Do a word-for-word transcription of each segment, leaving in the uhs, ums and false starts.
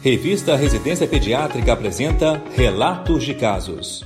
Revista Residência Pediátrica apresenta Relatos de Casos.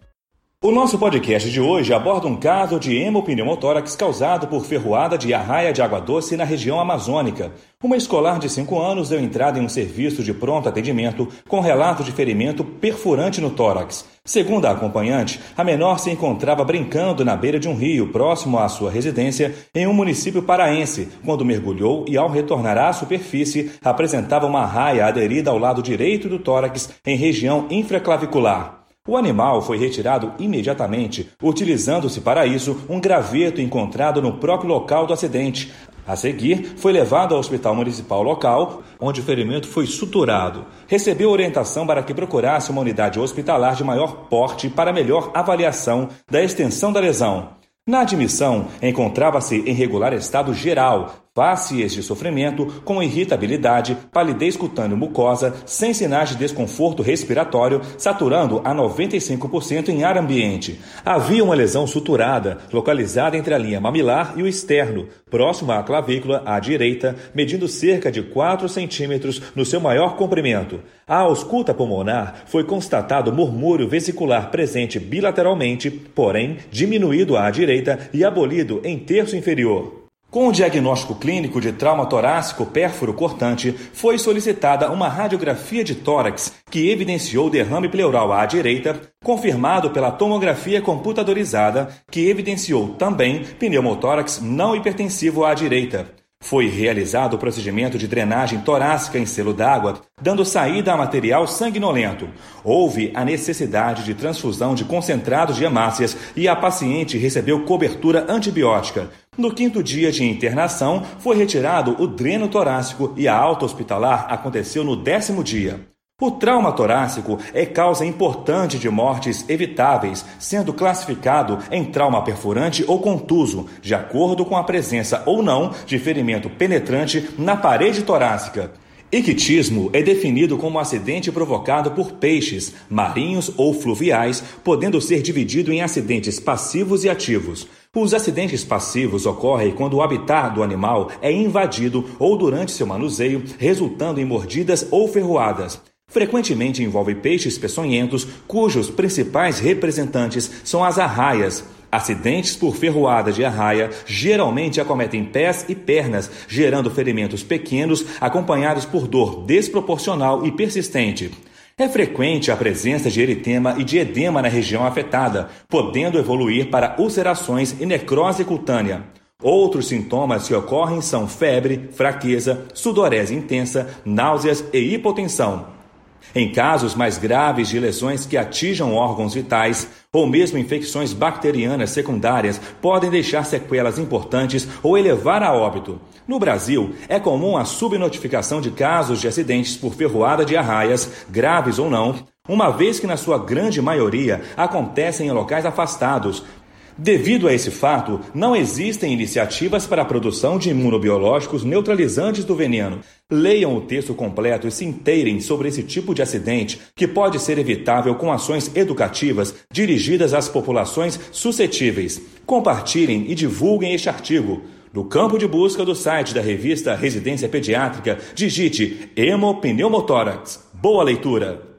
O nosso podcast de hoje aborda um caso de hemopneumotórax causado por ferroada de arraia de água doce na região amazônica. Uma escolar de cinco anos deu entrada em um serviço de pronto atendimento com relato de ferimento perfurante no tórax. Segundo a acompanhante, a menor se encontrava brincando na beira de um rio próximo à sua residência em um município paraense, quando mergulhou e, ao retornar à superfície, apresentava uma arraia aderida ao lado direito do tórax em região infraclavicular. O animal foi retirado imediatamente, utilizando-se para isso um graveto encontrado no próprio local do acidente. A seguir, foi levado ao hospital municipal local, onde o ferimento foi suturado. Recebeu orientação para que procurasse uma unidade hospitalar de maior porte para melhor avaliação da extensão da lesão. Na admissão, encontrava-se em regular estado geral, fáscias de sofrimento, com irritabilidade, palidez cutâneo-mucosa, sem sinais de desconforto respiratório, saturando a noventa e cinco por cento em ar ambiente. Havia uma lesão suturada, localizada entre a linha mamilar e o externo, próxima à clavícula à direita, medindo cerca de quatro centímetros no seu maior comprimento. À ausculta pulmonar, foi constatado murmúrio vesicular presente bilateralmente, porém diminuído à direita e abolido em terço inferior. Com o diagnóstico clínico de trauma torácico pérfuro cortante, foi solicitada uma radiografia de tórax, que evidenciou derrame pleural à direita, confirmado pela tomografia computadorizada, que evidenciou também pneumotórax não hipertensivo à direita. Foi realizado o procedimento de drenagem torácica em selo d'água, dando saída a material sanguinolento. Houve a necessidade de transfusão de concentrados de hemácias e a paciente recebeu cobertura antibiótica. No quinto dia de internação, foi retirado o dreno torácico e a alta hospitalar aconteceu no décimo dia. O trauma torácico é causa importante de mortes evitáveis, sendo classificado em trauma perfurante ou contuso, de acordo com a presença ou não de ferimento penetrante na parede torácica. Ictismo é definido como acidente provocado por peixes, marinhos ou fluviais, podendo ser dividido em acidentes passivos e ativos. Os acidentes passivos ocorrem quando o habitat do animal é invadido ou durante seu manuseio, resultando em mordidas ou ferroadas. Frequentemente envolve peixes peçonhentos, cujos principais representantes são as arraias. Acidentes por ferroada de arraia geralmente acometem pés e pernas, gerando ferimentos pequenos acompanhados por dor desproporcional e persistente. É frequente a presença de eritema e de edema na região afetada, podendo evoluir para ulcerações e necrose cutânea. Outros sintomas que ocorrem são febre, fraqueza, sudorese intensa, náuseas e hipotensão. Em casos mais graves de lesões que atinjam órgãos vitais ou mesmo infecções bacterianas secundárias podem deixar sequelas importantes ou elevar a óbito. No Brasil, é comum a subnotificação de casos de acidentes por ferroada de arraias, graves ou não, uma vez que na sua grande maioria acontecem em locais afastados. Devido a esse fato, não existem iniciativas para a produção de imunobiológicos neutralizantes do veneno. Leiam o texto completo e se inteirem sobre esse tipo de acidente, que pode ser evitável com ações educativas dirigidas às populações suscetíveis. Compartilhem e divulguem este artigo. No campo de busca do site da revista Residência Pediátrica, digite hemopneumotórax. Boa leitura!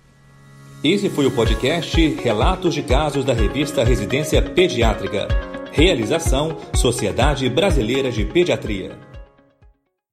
Esse foi o podcast Relatos de Casos da revista Residência Pediátrica. Realização: Sociedade Brasileira de Pediatria.